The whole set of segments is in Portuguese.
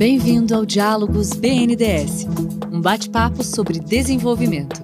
Bem-vindo ao Diálogos BNDES, um bate-papo sobre desenvolvimento.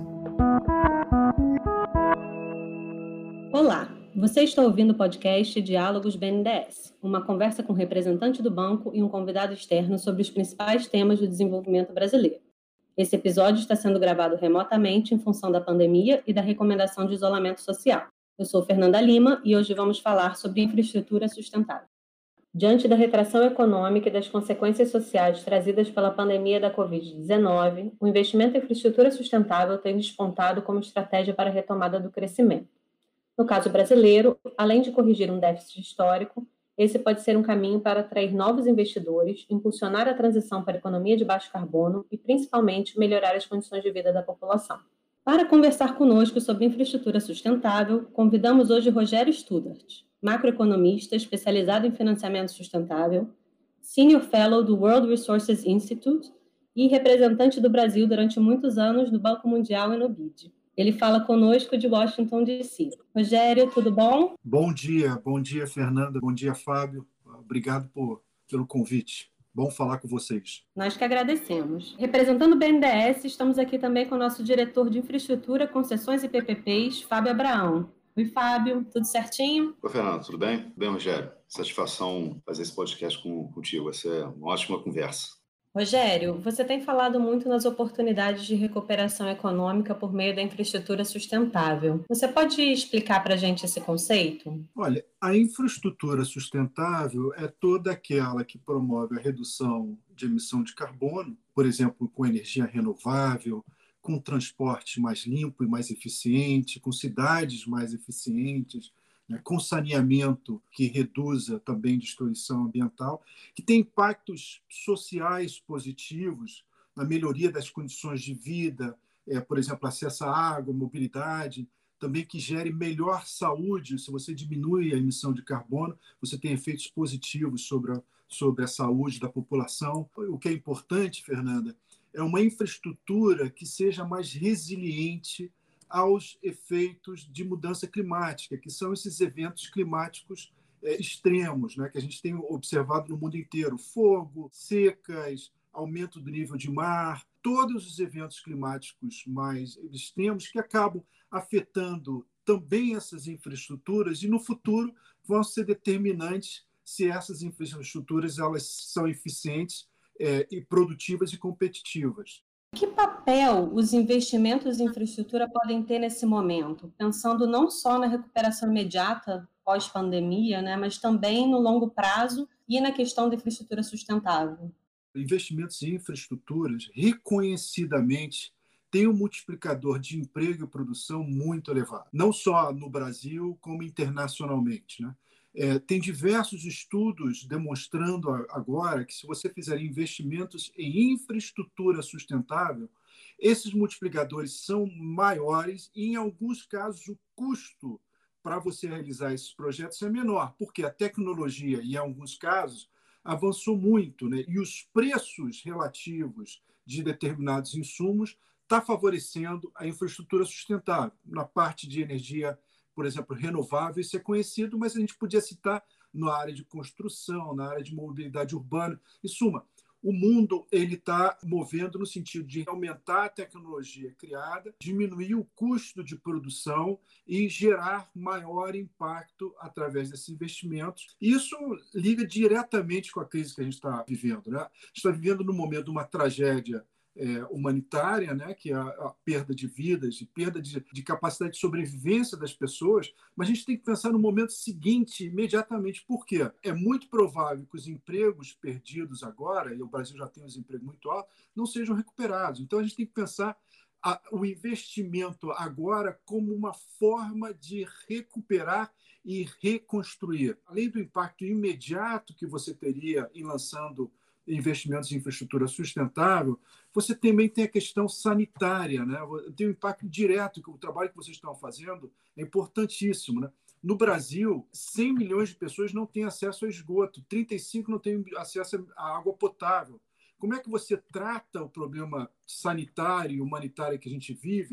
Olá, você está ouvindo o podcast Diálogos BNDES, uma conversa com representante do banco e um convidado externo sobre os principais temas do desenvolvimento brasileiro. Esse episódio está sendo gravado remotamente em função da pandemia e da recomendação de isolamento social. Eu sou Fernanda Lima e hoje vamos falar sobre infraestrutura sustentável. Diante da retração econômica e das consequências sociais trazidas pela pandemia da Covid-19, o investimento em infraestrutura sustentável tem despontado como estratégia para a retomada do crescimento. No caso brasileiro, além de corrigir um déficit histórico, esse pode ser um caminho para atrair novos investidores, impulsionar a transição para a economia de baixo carbono e, principalmente, melhorar as condições de vida da população. Para conversar conosco sobre infraestrutura sustentável, convidamos hoje Rogério Studart, macroeconomista especializado em financiamento sustentável, Senior Fellow do World Resources Institute e representante do Brasil durante muitos anos no Banco Mundial e no BID. Ele fala conosco de Washington, D.C. Rogério, tudo bom? Bom dia, Fernanda, bom dia, Fábio. Obrigado pelo convite. Bom falar com vocês. Nós que agradecemos. Representando o BNDES, estamos aqui também com o nosso diretor de Infraestrutura, Concessões e PPPs, Fábio Abraão. Oi, Fábio, tudo certinho? Oi, Fernando, tudo bem? Bem, Rogério. Satisfação fazer esse podcast contigo. Vai ser uma ótima conversa. Rogério, você tem falado muito nas oportunidades de recuperação econômica por meio da infraestrutura sustentável. Você pode explicar para a gente esse conceito? Olha, a infraestrutura sustentável é toda aquela que promove a redução de emissão de carbono, por exemplo, com energia renovável, com transporte mais limpo e mais eficiente, com cidades mais eficientes, né, com saneamento que reduza também destruição ambiental, que tem impactos sociais positivos na melhoria das condições de vida, por exemplo, acesso à água, mobilidade, também que gere melhor saúde. Se você diminui a emissão de carbono, você tem efeitos positivos sobre a saúde da população. O que é importante, Fernanda, é uma infraestrutura que seja mais resiliente aos efeitos de mudança climática, que são esses eventos climáticos extremos, né, que a gente tem observado no mundo inteiro: fogo, secas, aumento do nível de mar, todos os eventos climáticos mais extremos que acabam afetando também essas infraestruturas e no futuro vão ser determinantes se essas infraestruturas elas são eficientes e produtivas e competitivas. Que papel os investimentos em infraestrutura podem ter nesse momento, pensando não só na recuperação imediata pós-pandemia, né, mas também no longo prazo e na questão da infraestrutura sustentável? Investimentos em infraestruturas reconhecidamente têm um multiplicador de emprego e produção muito elevado, não só no Brasil, como internacionalmente, né? Tem diversos estudos demonstrando agora que, se você fizer investimentos em infraestrutura sustentável, esses multiplicadores são maiores e, em alguns casos, o custo para você realizar esses projetos é menor, porque a tecnologia, em alguns casos, avançou muito, né? E os preços relativos de determinados insumos está favorecendo a infraestrutura sustentável. Na parte de energia, por exemplo, renovável, isso é conhecido, mas a gente podia citar na área de construção, na área de mobilidade urbana. Em suma, o mundo está movendo no sentido de aumentar a tecnologia criada, diminuir o custo de produção e gerar maior impacto através desses investimentos. Isso liga diretamente com a crise que a gente está vivendo, né? A gente está vivendo num momento de uma tragédia humanitária, né, que é a perda de vidas e perda de capacidade de sobrevivência das pessoas, mas a gente tem que pensar no momento seguinte imediatamente. Por quê? É muito provável que os empregos perdidos agora, e o Brasil já tem os empregos muito altos, não sejam recuperados. Então a gente tem que pensar o investimento agora como uma forma de recuperar e reconstruir. Além do impacto imediato que você teria em lançando investimentos em infraestrutura sustentável, você também tem a questão sanitária, né? Tem um impacto direto, que o trabalho que vocês estão fazendo é importantíssimo, né? No Brasil, 100 milhões de pessoas não têm acesso a esgoto, 35 não têm acesso à água potável. Como é que você trata o problema sanitário e humanitário que a gente vive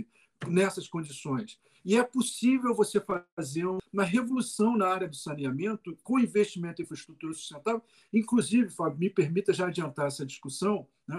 nessas condições. E é possível você fazer uma revolução na área do saneamento com investimento em infraestrutura sustentável, inclusive, Fábio, me permita já adiantar essa discussão, né,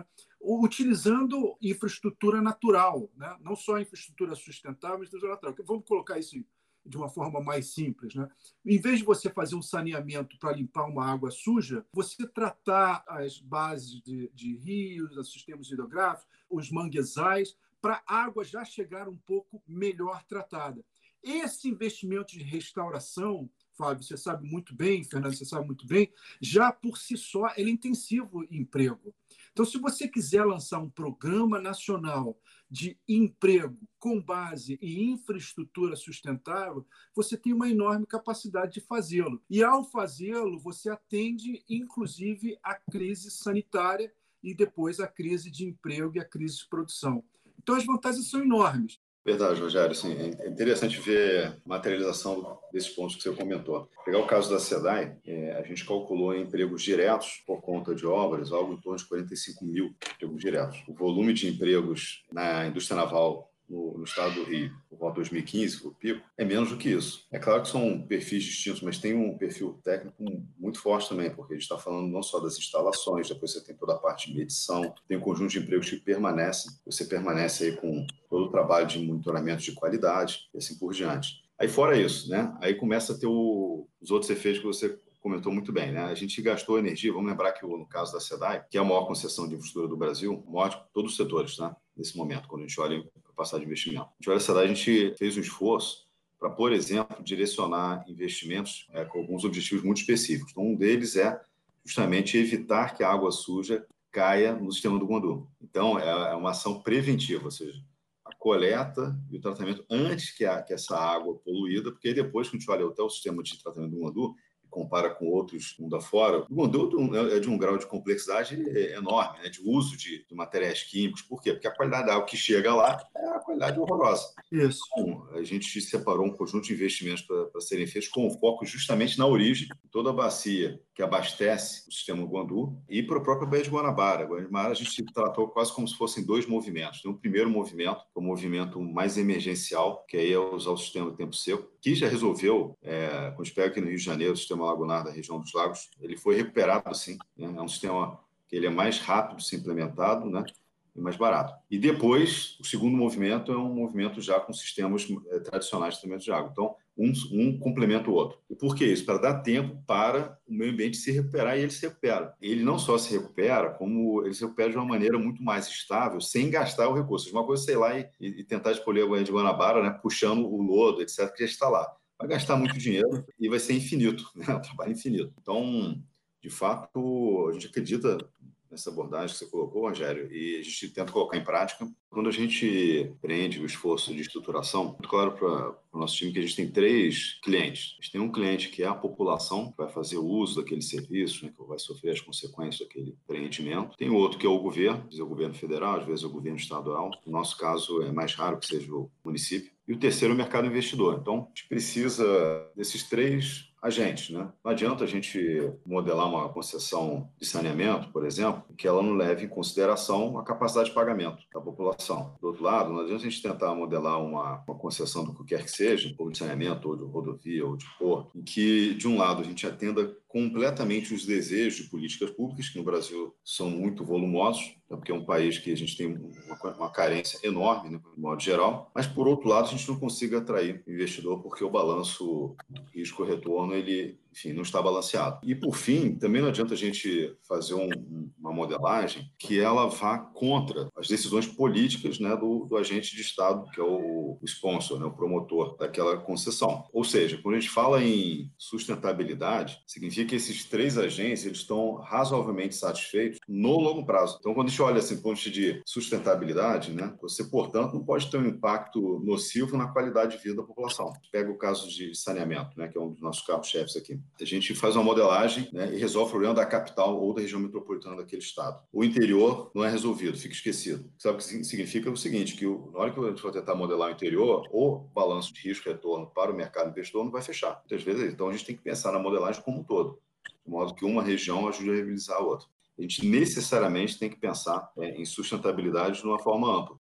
utilizando infraestrutura natural, né, não só infraestrutura sustentável, mas infraestrutura natural. Vamos colocar isso de uma forma mais simples, né? Em vez de você fazer um saneamento para limpar uma água suja, você tratar as bases de rios, os sistemas hidrográficos, os manguezais, para a água já chegar um pouco melhor tratada. Esse investimento de restauração, Fábio, você sabe muito bem, Fernando, você sabe muito bem, já por si só ele é intensivo em emprego. Então, se você quiser lançar um programa nacional de emprego com base em infraestrutura sustentável, você tem uma enorme capacidade de fazê-lo. E, ao fazê-lo, você atende, inclusive, à crise sanitária e depois à crise de emprego e à crise de produção. Então, as vantagens são enormes. Verdade, Rogério. Sim, é interessante ver a materialização desses pontos que você comentou. Pegar o caso da SEDAI, a gente calculou empregos diretos por conta de obras, algo em torno de 45 mil empregos diretos. O volume de empregos na indústria naval no estado do Rio, por volta de 2015, o pico, é menos do que isso. É claro que são perfis distintos, mas tem um perfil técnico muito forte também, porque a gente está falando não só das instalações, depois você tem toda a parte de medição, tem um conjunto de empregos que permanecem, você permanece aí com todo o trabalho de monitoramento de qualidade e assim por diante. Aí fora isso, né? Aí começa a ter os outros efeitos que você comentou muito bem, né? A gente gastou energia, vamos lembrar que no caso da SEDAI, que é a maior concessão de infraestrutura do Brasil, maior de todos os setores, tá? Nesse momento, quando a gente olha a passagem de investimento. A gente olha a SEDAI, a gente fez um esforço para, por exemplo, direcionar investimentos com alguns objetivos muito específicos. Então, um deles é justamente evitar que a água suja caia no sistema do Guandu. Então, é uma ação preventiva, ou seja, a coleta e o tratamento antes que essa água poluída, porque aí depois, quando a gente olha até o sistema de tratamento do Guandu, compara com outros mundo afora, o Guandu é de um grau de complexidade enorme, né, de uso de materiais químicos. Por quê? Porque a qualidade da água que chega lá é a qualidade horrorosa. Isso. Então, a gente separou um conjunto de investimentos para serem feitos com foco justamente na origem, toda a bacia que abastece o sistema Guandu e para a própria Baía de Guanabara. Guanabara a gente tratou quase como se fossem dois movimentos. Tem o primeiro movimento, que é o movimento mais emergencial, que aí é usar o sistema de tempo seco, que já resolveu, quando a gente pega aqui no Rio de Janeiro, o sistema lagunar da região dos lagos, ele foi recuperado, sim, né? É um sistema que ele é mais rápido de ser implementado, né? E mais barato. E depois, o segundo movimento é um movimento já com sistemas tradicionais de tratamento de água. Então, um complementa o outro. E por que isso? Para dar tempo para o meio ambiente se recuperar, e ele se recupera. Ele não só se recupera, como ele se recupera de uma maneira muito mais estável, sem gastar o recurso. Uma coisa, sei lá, e tentar escolher a Baía de Guanabara, né, puxando o lodo, etc., que já está lá. Vai gastar muito dinheiro e vai ser infinito, né? Um trabalho infinito. Então, de fato, a gente acredita nessa abordagem que você colocou, Rogério, e a gente tenta colocar em prática. Quando a gente prende o esforço de estruturação, muito claro para o nosso time que a gente tem 3 clientes. A gente tem um cliente que é a população, que vai fazer uso daquele serviço, né, que vai sofrer as consequências daquele empreendimento. Tem outro que é o governo, às vezes é o governo federal, às vezes é o governo estadual. No nosso caso, é mais raro que seja o município. E o terceiro é o mercado investidor. Então, a gente precisa desses 3 agentes, né? Não adianta a gente modelar uma concessão de saneamento, por exemplo, que ela não leve em consideração a capacidade de pagamento da população. Do outro lado, não adianta a gente tentar modelar uma concessão do que quer que seja, ou de saneamento, ou de rodovia, ou de porto, em que, de um lado, a gente atenda completamente os desejos de políticas públicas, que no Brasil são muito volumosos, porque é um país que a gente tem uma carência enorme, né, de modo geral, mas, por outro lado, a gente não consiga atrair investidor porque o balanço risco-retorno, ele, enfim, não está balanceado. E, por fim, também não adianta a gente fazer uma modelagem que ela vá contra as decisões políticas, né, do agente de Estado, que é o sponsor, né, o promotor daquela concessão. Ou seja, quando a gente fala em sustentabilidade, significa que esses 3 agentes eles estão razoavelmente satisfeitos no longo prazo. Então, quando a gente olha assim, do ponto de vista né, você, portanto, não pode ter um impacto nocivo na qualidade de vida da população. Pega o caso de saneamento, né, que é um dos nossos carros-chefes aqui. A gente faz uma modelagem, né, e resolve o problema da capital ou da região metropolitana daquele estado. O interior não é resolvido, fica esquecido. Sabe o que significa? O seguinte, que na hora que a gente for tentar modelar o interior, o balanço de risco-retorno para o mercado investidor não vai fechar. Muitas vezes, então, a gente tem que pensar na modelagem como um todo, de modo que uma região ajude a viabilizar a outra. A gente necessariamente tem que pensar em sustentabilidade de uma forma ampla.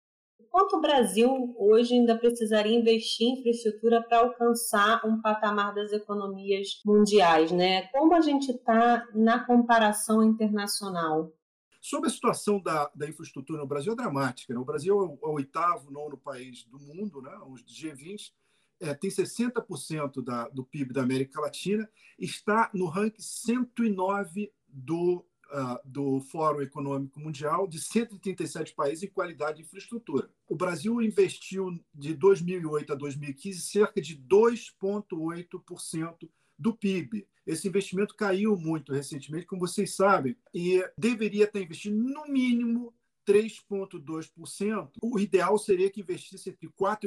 quanto o Brasil hoje ainda precisaria investir em infraestrutura para alcançar um patamar das economias mundiais, né? Como a gente está na comparação internacional? Sobre a situação da infraestrutura no Brasil, é dramática, né? O Brasil é o oitavo, nono país do mundo, né? O G20 tem 60% do PIB da América Latina, está no ranking 109 do Fórum Econômico Mundial, de 137 países em qualidade de infraestrutura. O Brasil investiu de 2008 a 2015 cerca de 2,8% do PIB. Esse investimento caiu muito recentemente, como vocês sabem, e deveria estar investindo no mínimo 3,2%. O ideal seria que investisse entre 4% e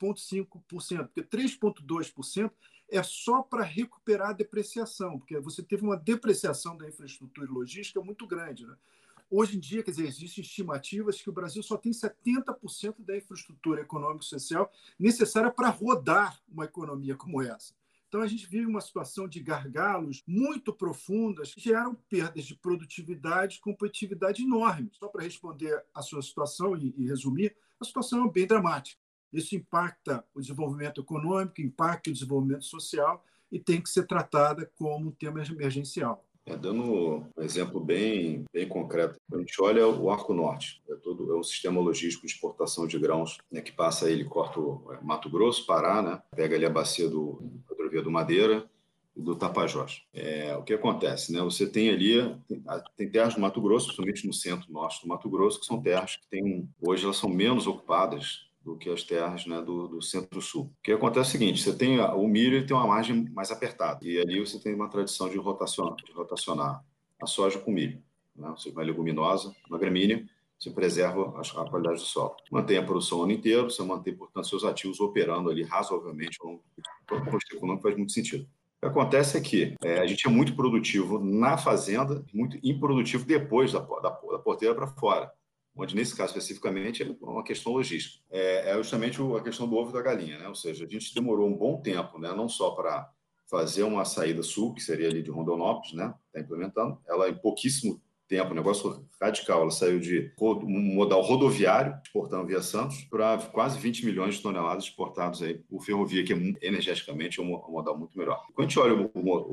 4,5%, porque 3,2% é só para recuperar a depreciação, porque você teve uma depreciação da infraestrutura e logística muito grande, né? Hoje em dia, quer dizer, existem estimativas que o Brasil só tem 70% da infraestrutura econômica e social necessária para rodar uma economia como essa. Então, a gente vive uma situação de gargalos muito profundas que geram perdas de produtividade e competitividade enormes. Só para responder à sua situação e resumir, a situação é bem dramática. Isso impacta o desenvolvimento econômico, impacta o desenvolvimento social e tem que ser tratada como um tema emergencial. Dando um exemplo bem concreto, a gente olha o Arco Norte, é um sistema logístico de exportação de grãos, né, que passa ele, corta o Mato Grosso, Pará, né, pega ali a bacia do Rodovia do Madeira e do Tapajós. O que acontece? Né, você tem ali, tem terras do Mato Grosso, principalmente no centro-norte do Mato Grosso, que são terras que hoje elas são menos ocupadas do que as terras, né, do centro-sul. O que acontece é o seguinte, você tem o milho, ele tem uma margem mais apertada, e ali você tem uma tradição de rotacionar a soja com milho, né? Você uma leguminosa, uma gramínea, você preserva a qualidade do solo. Mantém a produção o ano inteiro, você mantém, portanto, seus ativos operando ali razoavelmente, todo o custo econômico faz muito sentido. O que acontece é que a gente é muito produtivo na fazenda, muito improdutivo depois da porteira para fora, onde, nesse caso especificamente, é uma questão logística. É justamente a questão do ovo e da galinha, né? Ou seja, a gente demorou um bom tempo, né? Não só para fazer uma saída sul, que seria ali de Rondonópolis, né? Está implementando. Ela, em pouquíssimo tempo, um negócio radical, ela saiu de um modal rodoviário, exportando via Santos, para quase 20 milhões de toneladas exportados aí por ferrovia, que energeticamente é um modal muito melhor. Quando a gente olha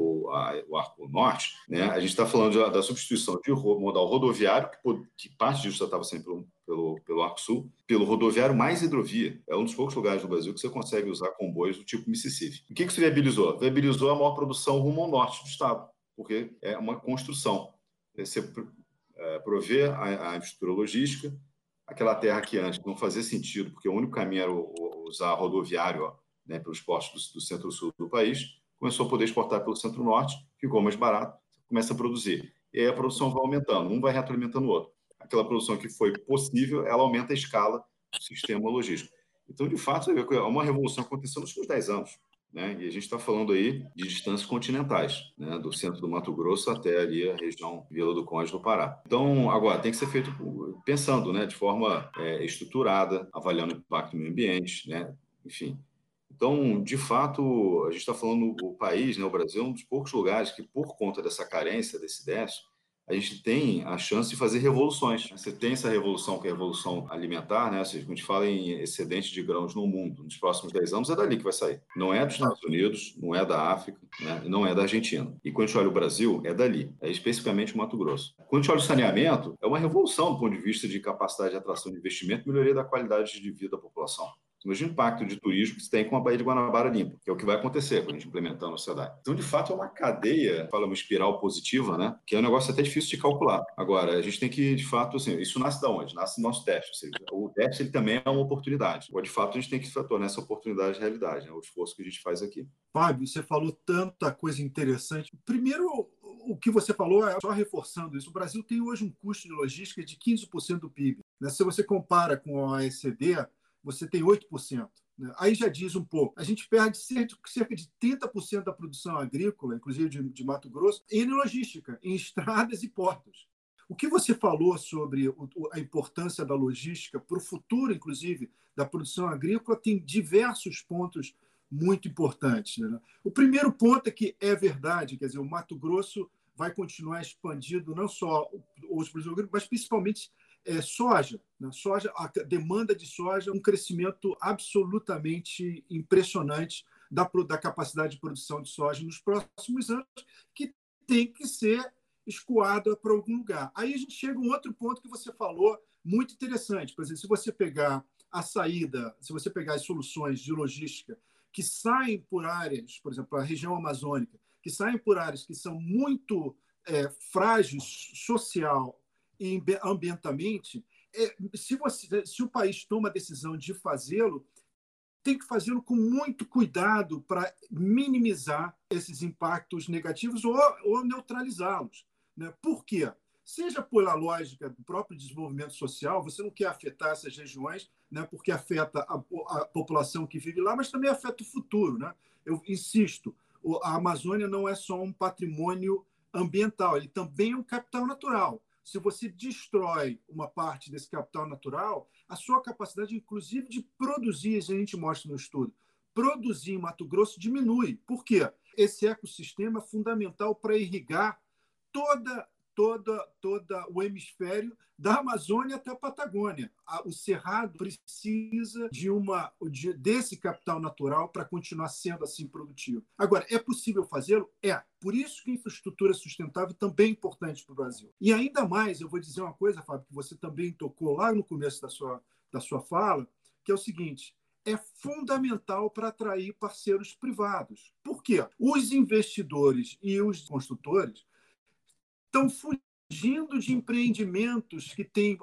o Arco Norte, né, a gente está falando da substituição de modal rodoviário, que parte disso já estava sendo pelo Arco Sul, pelo rodoviário mais hidrovia. É um dos poucos lugares do Brasil que você consegue usar comboios do tipo Mississippi. O que isso viabilizou? Viabilizou a maior produção rumo ao norte do estado, porque é uma construção. Você prover a infraestrutura logística, aquela terra que antes não fazia sentido, porque o único caminho era usar rodoviário, né, pelos portos do centro-sul do país, começou a poder exportar pelo centro-norte, ficou mais barato, começa a produzir. E aí a produção vai aumentando, um vai retroalimentando o outro. Aquela produção que foi possível, ela aumenta a escala do sistema logístico. Então, de fato, você vê que é uma revolução acontecendo nos últimos 10 anos. Né? E a gente está falando aí de distâncias continentais, né? Do centro do Mato Grosso até ali a região Vila do Conde do Pará. Então, agora, tem que ser feito pensando, né, de forma estruturada, avaliando o impacto no meio ambiente, né? Enfim. Então, de fato, a gente está falando o país, né, o Brasil, é um dos poucos lugares que, por conta dessa carência, desse déficit, a gente tem a chance de fazer revoluções. Você tem essa revolução, que é a revolução alimentar, né? Ou seja, quando a gente fala em excedente de grãos no mundo, nos próximos 10 anos, é dali que vai sair. Não é dos Estados Unidos, não é da África, né? Não é da Argentina. E quando a gente olha o Brasil, é dali, é especificamente o Mato Grosso. Quando a gente olha o saneamento, é uma revolução do ponto de vista de capacidade de atração de investimento e melhoria da qualidade de vida da população. Imagina o impacto de turismo que você tem com a Baía de Guanabara limpa, que é o que vai acontecer quando a gente implementar na sociedade. Então, de fato, é uma cadeia, fala uma espiral positiva, né? Que é um negócio até difícil de calcular. Agora, a gente tem que, de fato, assim, isso nasce de onde? Nasce do nosso déficit. Ou seja, o déficit ele também é uma oportunidade. Agora, de fato, a gente tem que tornar essa oportunidade realidade, né? O esforço que a gente faz aqui. Fábio, você falou tanta coisa interessante. Primeiro, o que você falou, só reforçando isso, o Brasil tem hoje um custo de logística de 15% do PIB. Né? Se você compara com a OECD, você tem 8%. Né? Aí já diz um pouco. A gente perde cerca de 30% da produção agrícola, inclusive de Mato Grosso, em logística, em estradas e portos. O que você falou sobre a importância da logística para o futuro, inclusive, da produção agrícola, tem diversos pontos muito importantes. Né? O primeiro ponto é que é verdade, quer dizer, o Mato Grosso vai continuar expandindo não só os produtos agrícolas, mas principalmente soja. Né? Soja, a demanda de soja, um crescimento absolutamente impressionante da capacidade de produção de soja nos próximos anos, que tem que ser escoada para algum lugar. Aí a gente chega a um outro ponto que você falou, muito interessante. Por exemplo, se você pegar a saída, se você pegar as soluções de logística que saem por áreas, por exemplo, a região amazônica, que saem por áreas que são muito frágeis social e ambientalmente, se o país toma a decisão de fazê-lo, tem que fazê-lo com muito cuidado para minimizar esses impactos negativos ou neutralizá-los. Né? Por quê? Seja pela lógica do próprio desenvolvimento social, você não quer afetar essas regiões, né, porque afeta a população que vive lá, mas também afeta o futuro. Né? Eu insisto, a Amazônia não é só um patrimônio ambiental, ele também é um capital natural. Se você destrói uma parte desse capital natural, a sua capacidade, inclusive, de produzir, a gente mostra no estudo, produzir em Mato Grosso diminui. Por quê? Esse ecossistema é fundamental para irrigar todo o hemisfério da Amazônia até a Patagônia. O Cerrado precisa desse capital natural para continuar sendo assim produtivo. Agora, é possível fazê-lo? É. Por isso que a infraestrutura sustentável também é importante para o Brasil. E ainda mais, eu vou dizer uma coisa, Fábio, que você também tocou lá no começo da sua fala, que é o seguinte: é fundamental para atrair parceiros privados. Por quê? Os investidores e os construtores estão fugindo de empreendimentos que têm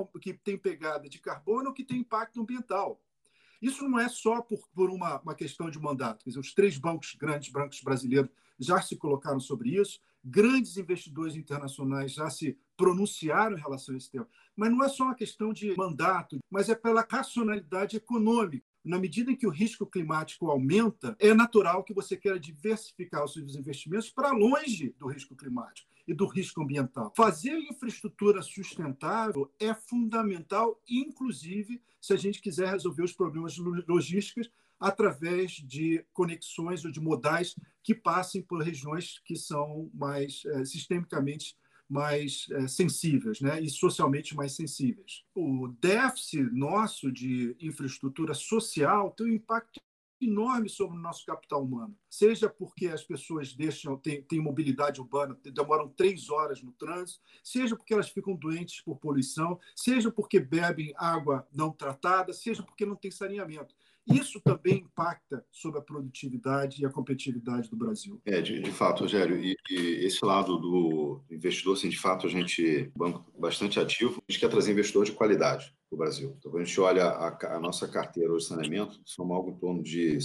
pegada de carbono ou que têm impacto ambiental. Isso não é só por uma questão de mandato. Quer dizer, os 3 grandes bancos brasileiros já se colocaram sobre isso, grandes investidores internacionais já se pronunciaram em relação a esse tema. Mas não é só uma questão de mandato, mas é pela racionalidade econômica. Na medida em que o risco climático aumenta, é natural que você queira diversificar os seus investimentos para longe do risco climático e do risco ambiental. Fazer infraestrutura sustentável é fundamental, inclusive se a gente quiser resolver os problemas logísticos através de conexões ou de modais que passem por regiões que são mais sistemicamente mais sensíveis, né? E socialmente mais sensíveis. O déficit nosso de infraestrutura social tem um impacto enorme sobre o nosso capital humano, seja porque as pessoas têm mobilidade urbana, demoram 3 horas no trânsito, seja porque elas ficam doentes por poluição, seja porque bebem água não tratada, seja porque não tem saneamento. Isso também impacta sobre a produtividade e a competitividade do Brasil. De fato, Rogério, e esse lado do investidor, assim, de fato, a gente, banco bastante ativo, a gente quer trazer investidor de qualidade para o Brasil. Então, quando a gente olha a nossa carteira hoje de saneamento, são algo em torno de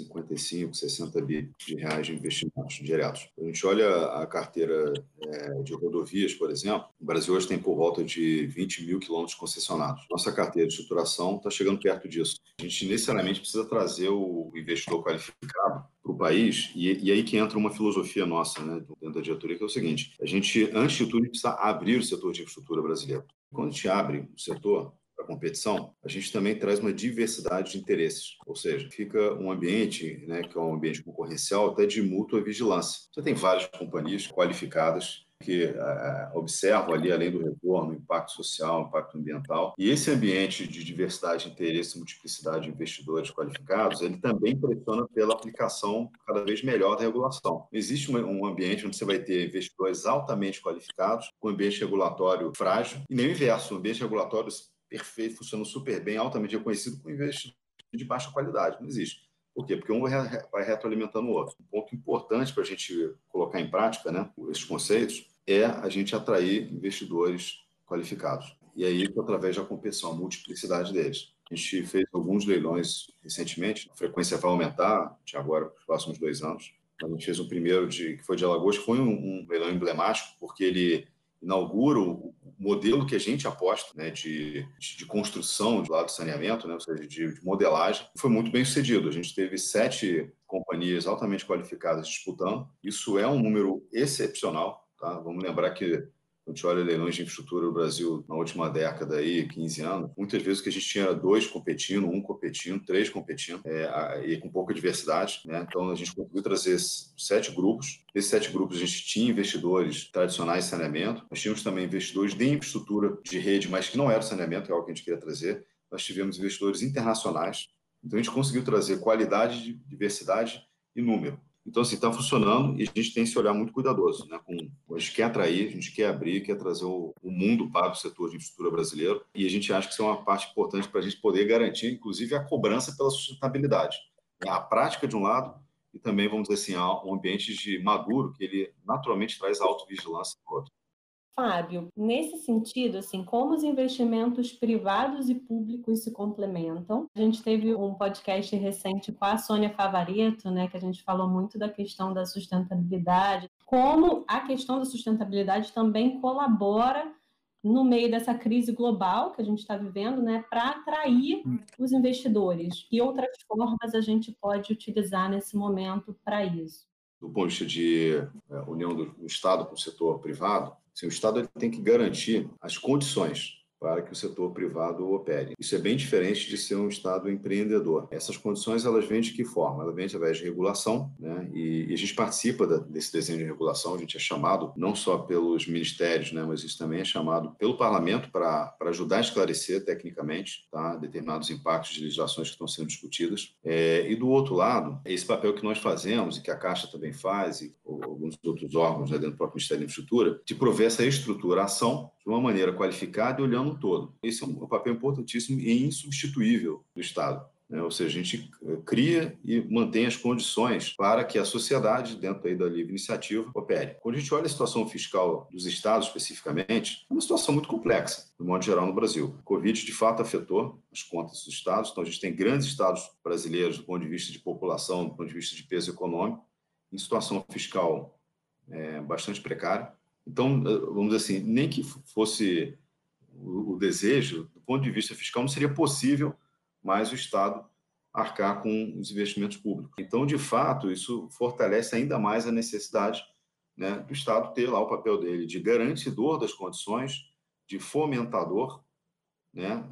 55, 60 bi de reais de investimentos diretos. Quando a gente olha a carteira de rodovias, por exemplo, o Brasil hoje tem por volta de 20 mil quilômetros concessionados. Nossa carteira de estruturação está chegando perto disso. A gente necessariamente precisa trazer o investidor qualificado para o país, e aí que entra uma filosofia nossa, né, dentro da diretoria, que é o seguinte: a gente, antes de tudo, precisa abrir o setor de infraestrutura brasileiro. Quando a gente abre o setor para a competição, a gente também traz uma diversidade de interesses, ou seja, fica um ambiente, né, que é um ambiente concorrencial até de mútua vigilância. Você tem várias companhias qualificadas que observam ali, além do retorno, o impacto social, o impacto ambiental. E esse ambiente de diversidade de interesse e multiplicidade de investidores qualificados, ele também pressiona pela aplicação cada vez melhor da regulação. Existe um ambiente onde você vai ter investidores altamente qualificados, com um ambiente regulatório frágil, e nem o inverso, um ambiente regulatório perfeito, funcionando super bem, altamente reconhecido, com investidor de baixa qualidade. Não existe. Por quê? Porque um vai retroalimentando o outro. Um ponto importante para a gente colocar em prática, né, esses conceitos, é a gente atrair investidores qualificados. E aí, através da competição, a multiplicidade deles. A gente fez alguns leilões recentemente, a frequência vai aumentar, de agora para os próximos 2 anos. A gente fez o primeiro, que foi de Alagoas, que foi um leilão emblemático, porque ele inaugura o modelo que a gente aposta, né, de construção do lado do saneamento, né, ou seja, de modelagem. Foi muito bem sucedido. A gente teve 7 companhias altamente qualificadas disputando. Isso é um número excepcional. Tá? Vamos lembrar que Quando a gente olha leilões de infraestrutura no Brasil na última década, aí, 15 anos, muitas vezes o que a gente tinha era 2 competindo, 1 competindo, 3 competindo, e com pouca diversidade, né? Então, a gente conseguiu trazer 7 grupos. Desses 7 grupos, a gente tinha investidores tradicionais em saneamento, nós tínhamos também investidores de infraestrutura de rede, mas que não era saneamento, que é algo que a gente queria trazer. Nós tivemos investidores internacionais. Então, a gente conseguiu trazer qualidade, diversidade e número. Então, assim, está funcionando e a gente tem esse olhar muito cuidadoso, né? A gente quer atrair, a gente quer abrir, quer trazer o mundo para o setor de infraestrutura brasileiro e a gente acha que isso é uma parte importante para a gente poder garantir, inclusive, a cobrança pela sustentabilidade. A prática de um lado e também, vamos dizer assim, um ambiente de maduro que ele naturalmente traz a autovigilância do outro. Fábio, nesse sentido, assim, como os investimentos privados e públicos se complementam? A gente teve um podcast recente com a Sônia Favaretto, né, que a gente falou muito da questão da sustentabilidade, como a questão da sustentabilidade também colabora no meio dessa crise global que a gente está vivendo, né, para atrair os investidores. Que outras formas a gente pode utilizar nesse momento para isso? Do ponto de vista de união do Estado com o setor privado, o Estado ele tem que garantir as condições para que o setor privado opere. Isso é bem diferente de ser um Estado empreendedor. Essas condições, elas vêm de que forma? Elas vêm através de regulação, né? E a gente participa desse desenho de regulação, a gente é chamado não só pelos ministérios, né? Mas isso também é chamado pelo parlamento para ajudar a esclarecer tecnicamente, tá? Determinados impactos de legislações que estão sendo discutidas. E do outro lado, esse papel que nós fazemos, e que a Caixa também faz, e alguns outros órgãos, né, dentro do próprio Ministério da Infraestrutura, de prover essa estruturação de uma maneira qualificada e olhando o todo. Esse é um papel importantíssimo e insubstituível do Estado. Né? Ou seja, a gente cria e mantém as condições para que a sociedade, dentro aí da livre iniciativa, opere. Quando a gente olha a situação fiscal dos estados especificamente, é uma situação muito complexa, de modo geral, no Brasil. O Covid, de fato, afetou as contas dos estados, então a gente tem grandes estados brasileiros do ponto de vista de população, do ponto de vista de peso econômico, em situação fiscal bastante precária. Então, vamos dizer assim, nem que fosse o desejo, do ponto de vista fiscal, não seria possível mais o Estado arcar com os investimentos públicos. Então, de fato, isso fortalece ainda mais a necessidade, né, do Estado ter lá o papel dele de garantidor das condições, de fomentador, né,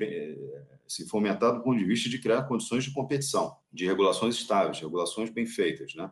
se fomentar do ponto de vista de criar condições de competição, de regulações estáveis, regulações bem feitas, né,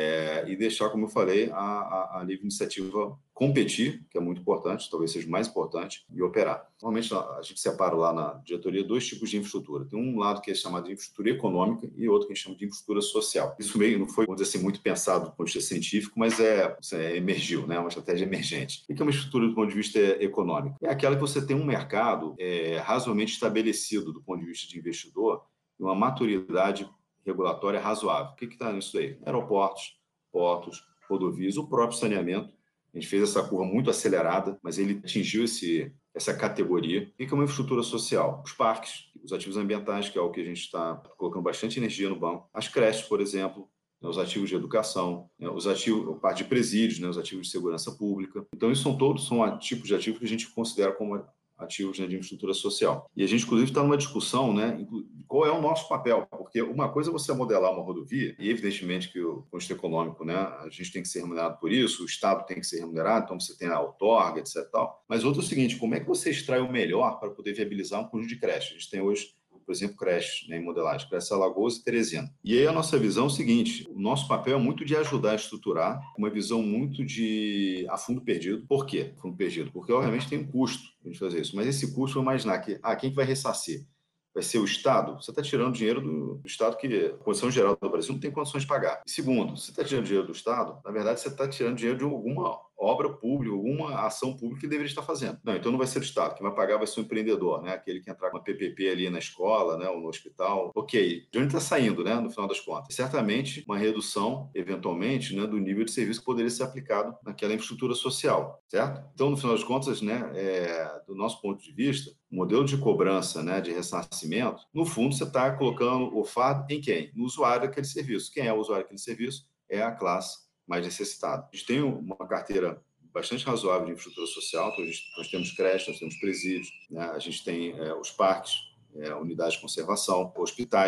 e deixar, como eu falei, a livre iniciativa competir, que é muito importante, talvez seja o mais importante, e operar. Normalmente, a gente separa lá na diretoria 2 tipos de infraestrutura. Tem um lado que é chamado de infraestrutura econômica e outro que a gente chama de infraestrutura social. Isso meio não foi, vamos dizer assim, muito pensado do ponto de vista científico, mas emergiu, né? Uma estratégia emergente. O que é uma estrutura do ponto de vista econômico? É aquela que você tem um mercado razoavelmente estabelecido do ponto de vista de investidor e uma maturidade regulatória razoável. O que está nisso aí? Aeroportos, portos, rodovias, o próprio saneamento. A gente fez essa curva muito acelerada, mas ele atingiu essa categoria. O que é uma infraestrutura social? Os parques, os ativos ambientais, que é o que a gente está colocando bastante energia no banco. As creches, por exemplo, os ativos de educação, os ativos, a parte de presídios, os ativos de segurança pública. Então, isso são tipos de ativos que a gente considera como ativos, né, de infraestrutura social. E a gente, inclusive, está numa discussão, né, qual é o nosso papel, porque uma coisa é você modelar uma rodovia, e evidentemente que o custo econômico, né, a gente tem que ser remunerado por isso, o Estado tem que ser remunerado, então você tem a outorga, etc. Tal. Mas outro é o seguinte, como é que você extrai o melhor para poder viabilizar um conjunto de creches? A gente tem hoje, por exemplo, creches, né, em modelagem, creches Alagoas e Teresina. E aí a nossa visão é o seguinte, o nosso papel é muito de ajudar a estruturar, uma visão muito de a fundo perdido. Por quê? Fundo perdido? Porque, obviamente, tem um custo a gente fazer isso, mas esse custo, vamos imaginar que, quem que vai ressarcir? Vai ser o Estado? Você está tirando dinheiro do Estado que a condição geral do Brasil não tem condições de pagar. E segundo, você está tirando dinheiro do Estado, na verdade, você está tirando dinheiro de alguma obra pública, alguma ação pública que deveria estar fazendo. Não, então não vai ser o Estado. Quem vai pagar vai ser o empreendedor, né? Aquele que entrar com uma PPP ali na escola, né? Ou no hospital. Ok, de onde está saindo, né? No final das contas? Certamente uma redução, eventualmente, né? Do nível de serviço que poderia ser aplicado naquela infraestrutura social, certo? Então, no final das contas, né? Do nosso ponto de vista, o modelo de cobrança, né? De ressarcimento, no fundo, você está colocando o fardo em quem? No usuário daquele serviço. Quem é o usuário daquele serviço? É a classe mais necessitada. A gente tem uma carteira bastante razoável de infraestrutura social, então nós temos creches, nós temos presídios, né? A gente tem os parques, unidades de conservação, hospitais,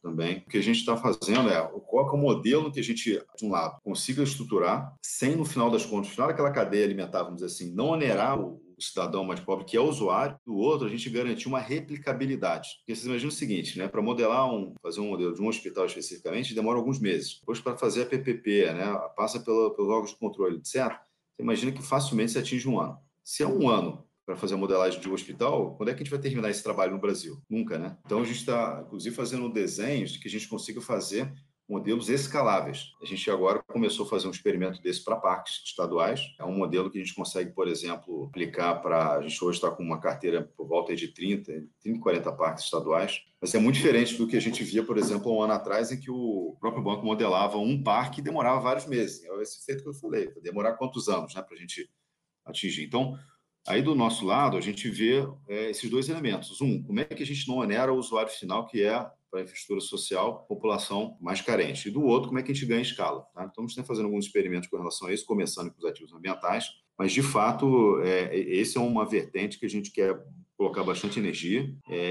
também. O que a gente está fazendo qual é o modelo que a gente, de um lado, consiga estruturar, sem, no final das contas, no final daquela cadeia alimentar, vamos dizer assim, não onerar o cidadão mais pobre, que é o usuário. Do outro, a gente garantir uma replicabilidade. Porque vocês imaginam o seguinte, né? Para modelar, fazer um modelo de um hospital especificamente, demora alguns meses. Depois, para fazer a PPP, né? Passa pelos órgãos de controle, etc. Você imagina que facilmente se atinge um ano. Se é um ano para fazer a modelagem de um hospital, quando é que a gente vai terminar esse trabalho no Brasil? Nunca, né? Então, a gente está, inclusive, fazendo desenhos de que a gente consiga fazer modelos escaláveis. A gente agora começou a fazer um experimento desse para parques estaduais. É um modelo que a gente consegue, por exemplo, aplicar para... A gente hoje está com uma carteira por volta de 30 e 40 parques estaduais. Mas é muito diferente do que a gente via, por exemplo, um ano atrás, em que o próprio banco modelava um parque e demorava vários meses. É esse efeito que eu falei. Vai demorar quantos anos, né, para a gente atingir? Então, aí do nosso lado, a gente vê esses dois elementos. Como é que a gente não onera o usuário final, que é para a infraestrutura social, população mais carente. E do outro, como é que a gente ganha escala. Tá? Então, a gente está fazendo alguns experimentos com relação a isso, começando com os ativos ambientais, mas, de fato, esse é uma vertente que a gente quer colocar bastante energia.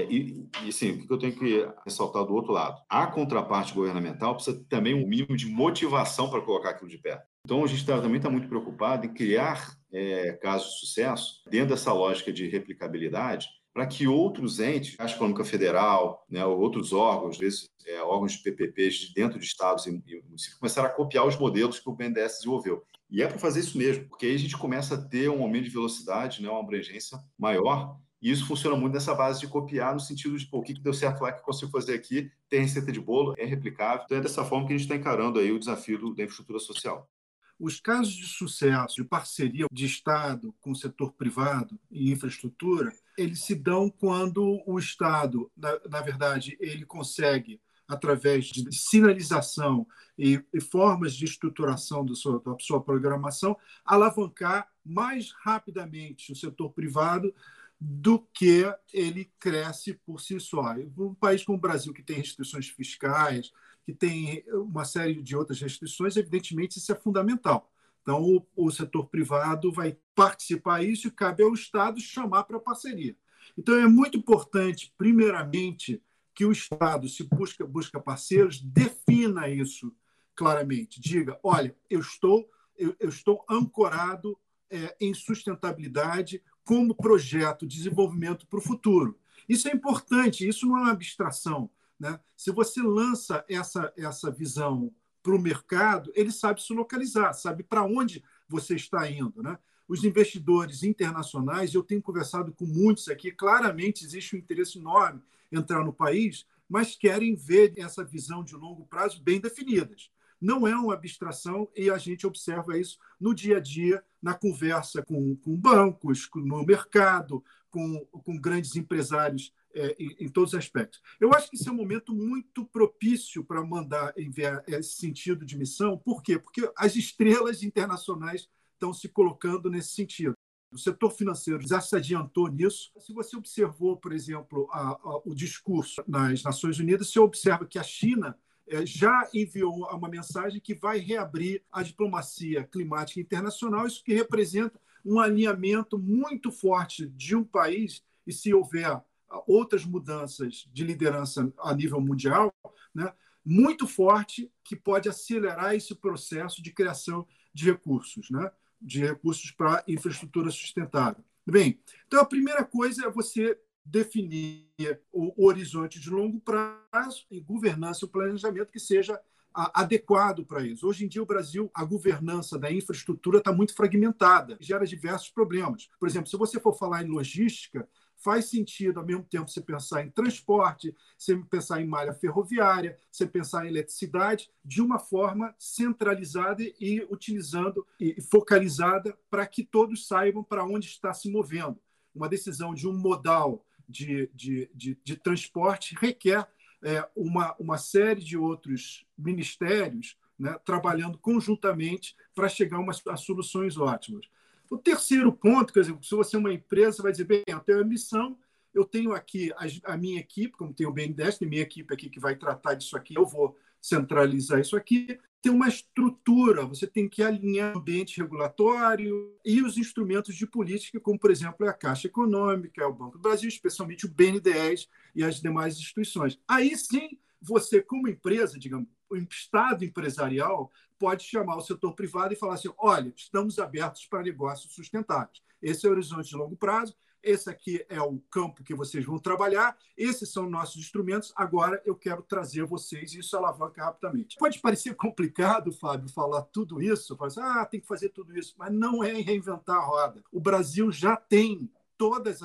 Sim, o que eu tenho que ressaltar do outro lado? A contraparte governamental precisa ter também um mínimo de motivação para colocar aquilo de pé. Então, a gente também está muito preocupado em criar casos de sucesso dentro dessa lógica de replicabilidade, para que outros entes, a Caixa Econômica Federal, né, ou outros órgãos, às vezes órgãos de PPPs de dentro de estados e municípios, começaram a copiar os modelos que o BNDES desenvolveu. E é para fazer isso mesmo, porque aí a gente começa a ter um aumento de velocidade, né, uma abrangência maior, e isso funciona muito nessa base de copiar, no sentido de, o que deu certo lá, que eu consigo fazer aqui, tem receita de bolo, é replicável. Então é dessa forma que a gente está encarando aí o desafio da infraestrutura social. Os casos de sucesso, de parceria de Estado com o setor privado em infraestrutura, eles se dão quando o Estado, na verdade, ele consegue, através de sinalização e formas de estruturação da sua programação, alavancar mais rapidamente o setor privado do que ele cresce por si só. Um país como o Brasil, que tem restrições fiscais, que tem uma série de outras restrições, evidentemente isso é fundamental. Então, o setor privado vai participar disso e cabe ao Estado chamar para a parceria. Então, é muito importante, primeiramente, que o Estado, se busca parceiros, defina isso claramente. Diga, olha, eu estou ancorado em sustentabilidade como projeto de desenvolvimento para o futuro. Isso é importante, isso não é uma abstração. Né? Se você lança essa visão para o mercado, ele sabe se localizar, sabe para onde você está indo. Né? Os investidores internacionais, eu tenho conversado com muitos aqui, claramente existe um interesse enorme em entrar no país, mas querem ver essa visão de longo prazo bem definidas. Não é uma abstração e a gente observa isso no dia a dia, na conversa com bancos, no mercado, com grandes empresários em todos os aspectos. Eu acho que esse é um momento muito propício para enviar esse sentido de missão. Por quê? Porque as estrelas internacionais estão se colocando nesse sentido. O setor financeiro já se adiantou nisso. Se você observou, por exemplo, o discurso nas Nações Unidas, você observa que a China já enviou uma mensagem que vai reabrir a diplomacia climática internacional, isso que representa um alinhamento muito forte de um país, e se houver outras mudanças de liderança a nível mundial, né, muito forte, que pode acelerar esse processo de criação de recursos, né, de recursos para infraestrutura sustentável. Bem, então a primeira coisa é você definir o horizonte de longo prazo e governança e o planejamento que seja adequado para isso. Hoje em dia, o Brasil, a governança da infraestrutura está muito fragmentada, gera diversos problemas. Por exemplo, se você for falar em logística, faz sentido, ao mesmo tempo, você pensar em transporte, você pensar em malha ferroviária, você pensar em eletricidade, de uma forma centralizada e utilizando e focalizada para que todos saibam para onde está se movendo. Uma decisão de um modal de transporte requer uma série de outros ministérios, né, trabalhando conjuntamente para chegar a soluções ótimas. O terceiro ponto, quer dizer, se você é uma empresa, vai dizer, bem, eu tenho a missão, eu tenho aqui a minha equipe, como tem o BNDES, tem minha equipe aqui que vai tratar disso aqui, eu vou centralizar isso aqui. Tem uma estrutura, você tem que alinhar o ambiente regulatório e os instrumentos de política, como, por exemplo, a Caixa Econômica, o Banco do Brasil, especialmente o BNDES e as demais instituições. Aí sim você, como empresa, digamos, o Estado empresarial pode chamar o setor privado e falar assim, olha, estamos abertos para negócios sustentáveis. Esse é o horizonte de longo prazo, esse aqui é o campo que vocês vão trabalhar, esses são nossos instrumentos, agora eu quero trazer vocês, e isso alavanca rapidamente. Pode parecer complicado, Fábio, falar tudo isso, falar assim, tem que fazer tudo isso, mas não é reinventar a roda. O Brasil já tem todas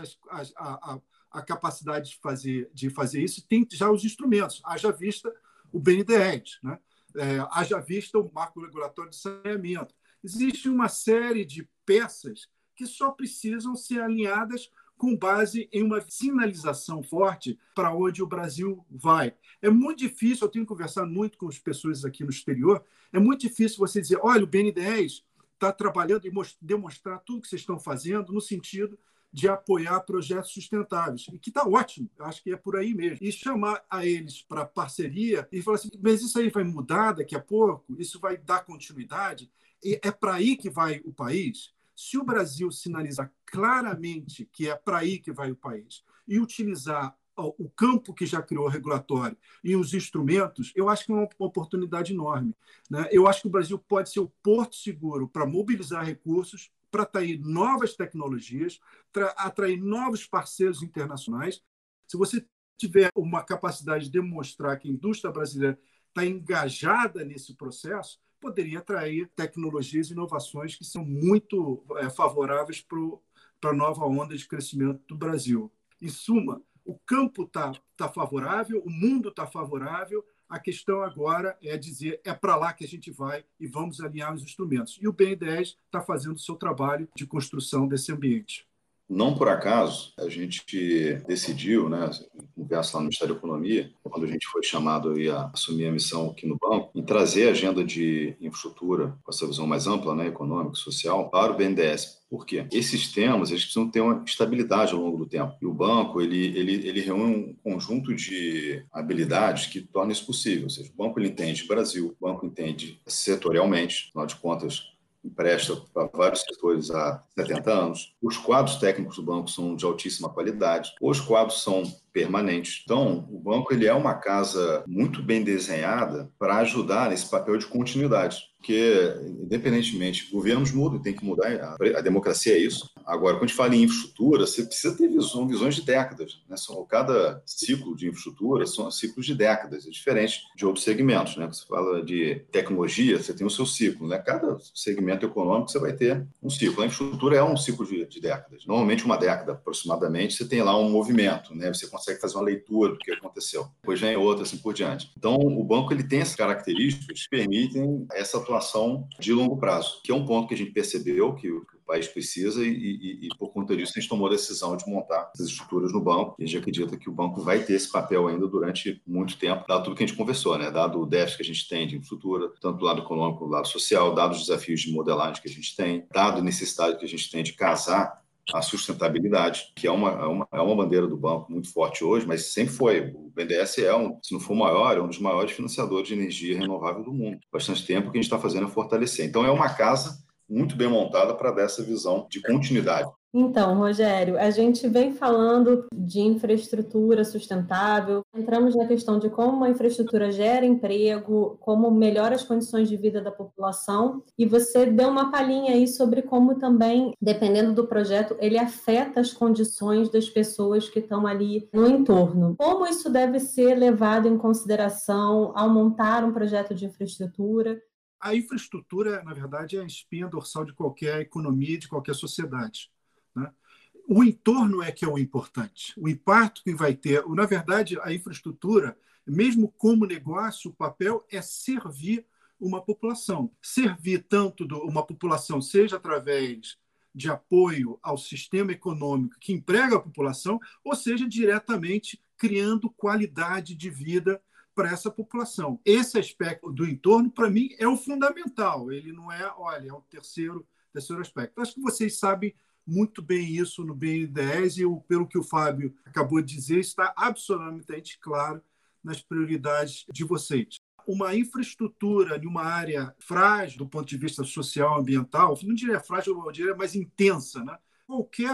a capacidade de fazer isso, tem já os instrumentos, haja vista o BNDES, né? Haja vista o marco regulatório de saneamento. Existe uma série de peças que só precisam ser alinhadas com base em uma sinalização forte para onde o Brasil vai. É muito difícil, eu tenho conversado muito com as pessoas aqui no exterior, é muito difícil você dizer, olha, o BNDES está trabalhando e demonstrar tudo que vocês estão fazendo no sentido de apoiar projetos sustentáveis, e que está ótimo, acho que é por aí mesmo. E chamar a eles para parceria e falar assim, mas isso aí vai mudar daqui a pouco? Isso vai dar continuidade? E é para aí que vai o país? Se o Brasil sinalizar claramente que é para aí que vai o país e utilizar o campo que já criou regulatório e os instrumentos, eu acho que é uma oportunidade enorme, né? Eu acho que o Brasil pode ser o porto seguro para mobilizar recursos, para atrair novas tecnologias, para atrair novos parceiros internacionais. Se você tiver uma capacidade de demonstrar que a indústria brasileira está engajada nesse processo, poderia atrair tecnologias e inovações que são muito favoráveis para a nova onda de crescimento do Brasil. Em suma, o campo está favorável, o mundo está favorável, a questão agora é dizer é para lá que a gente vai e vamos alinhar os instrumentos. E o BNDES está fazendo o seu trabalho de construção desse ambiente. Não por acaso, a gente decidiu, né, conversa lá no Ministério da Economia, quando a gente foi chamado a assumir a missão aqui no banco, em trazer a agenda de infraestrutura, com essa visão mais ampla, né, econômica e social, para o BNDES. Por quê? Esses temas eles precisam ter uma estabilidade ao longo do tempo. E o banco ele reúne um conjunto de habilidades que tornam isso possível. Ou seja, o banco ele entende Brasil, o banco entende setorialmente, afinal de contas, empresta para vários setores há 70 anos. Os quadros técnicos do banco são de altíssima qualidade. Os quadros são permanentes. Então, o banco ele é uma casa muito bem desenhada para ajudar nesse papel de continuidade. Porque, independentemente, governos mudam, tem que mudar, a democracia é isso. Agora, quando a gente fala em infraestrutura, você precisa ter visões de décadas, né? Cada ciclo de infraestrutura são ciclos de décadas, é diferente de outros segmentos, né? Você fala de tecnologia, você tem o seu ciclo, né? Cada segmento econômico você vai ter um ciclo. A infraestrutura é um ciclo de décadas. Normalmente, uma década, aproximadamente, você tem lá um movimento, né? Você consegue fazer uma leitura do que aconteceu. Depois vem outra, assim por diante. Então, o banco ele tem essas características que permitem essa atuação de longo prazo, que é um ponto que a gente percebeu que o país precisa e por conta disso, a gente tomou a decisão de montar essas estruturas no banco e a gente acredita que o banco vai ter esse papel ainda durante muito tempo, dado tudo que a gente conversou, né? Dado o déficit que a gente tem de infraestrutura, tanto do lado econômico quanto do lado social, dado os desafios de modelagem que a gente tem, dado a necessidade que a gente tem de casar a sustentabilidade, que é uma bandeira do banco muito forte hoje, mas sempre foi. O BNDES se não for o maior, é um dos maiores financiadores de energia renovável do mundo. Bastante tempo que a gente está fazendo é fortalecer. Então, é uma casa muito bem montada para dar essa visão de continuidade. Então, Rogério, a gente vem falando de infraestrutura sustentável, entramos na questão de como a infraestrutura gera emprego, como melhora as condições de vida da população, e você deu uma palhinha aí sobre como também, dependendo do projeto, ele afeta as condições das pessoas que estão ali no entorno. Como isso deve ser levado em consideração ao montar um projeto de infraestrutura? A infraestrutura, na verdade, é a espinha dorsal de qualquer economia e de qualquer sociedade, né? O entorno é que é o importante, o impacto que vai ter. Na verdade, a infraestrutura, mesmo como negócio, o papel é servir uma população. Servir tanto uma população, seja através de apoio ao sistema econômico que emprega a população, ou seja, diretamente criando qualidade de vida para essa população. Esse aspecto do entorno, para mim, é o fundamental. Ele não é, olha, é o terceiro aspecto. Acho que vocês sabem muito bem isso no BNDES e, pelo que o Fábio acabou de dizer, está absolutamente claro nas prioridades de vocês. Uma infraestrutura em uma área frágil do ponto de vista social e ambiental, não diria frágil, eu diria mais intensa, né? Qualquer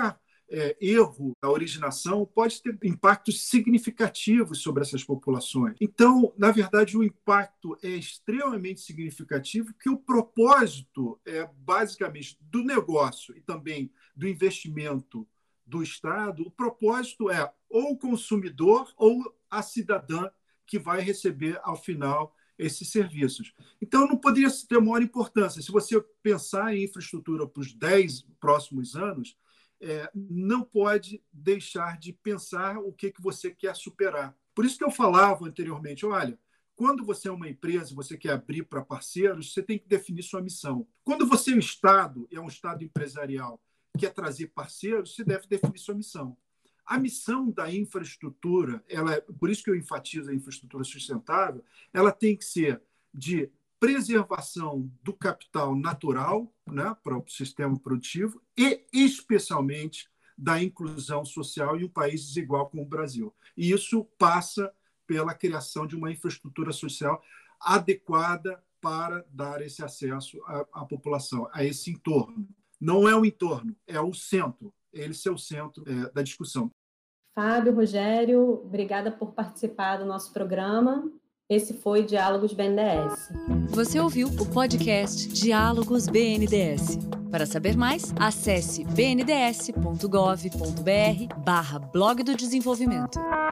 erro da originação pode ter impactos significativos sobre essas populações. Então, na verdade, o impacto é extremamente significativo, que o propósito é basicamente do negócio e também do investimento do Estado. O propósito é ou o consumidor ou a cidadã que vai receber, ao final, esses serviços. Então, não poderia ter maior importância. Se você pensar em infraestrutura para os 10 próximos anos, não pode deixar de pensar o que você quer superar. Por isso que eu falava anteriormente, olha, quando você é uma empresa e você quer abrir para parceiros, você tem que definir sua missão. Quando você é um Estado, é um Estado empresarial, quer trazer parceiros, você deve definir sua missão. A missão da infraestrutura, por isso que eu enfatizo a infraestrutura sustentável, ela tem que ser de preservação do capital natural, né, para o sistema produtivo e, especialmente, da inclusão social em um país desigual como o Brasil. E isso passa pela criação de uma infraestrutura social adequada para dar esse acesso à população, a esse entorno. Não é o entorno, é o centro. Esse é o centro da discussão. Fábio, Rogério, obrigada por participar do nosso programa. Esse foi Diálogos BNDES. Você ouviu o podcast Diálogos BNDES. Para saber mais, acesse bnds.gov.br/blog do desenvolvimento.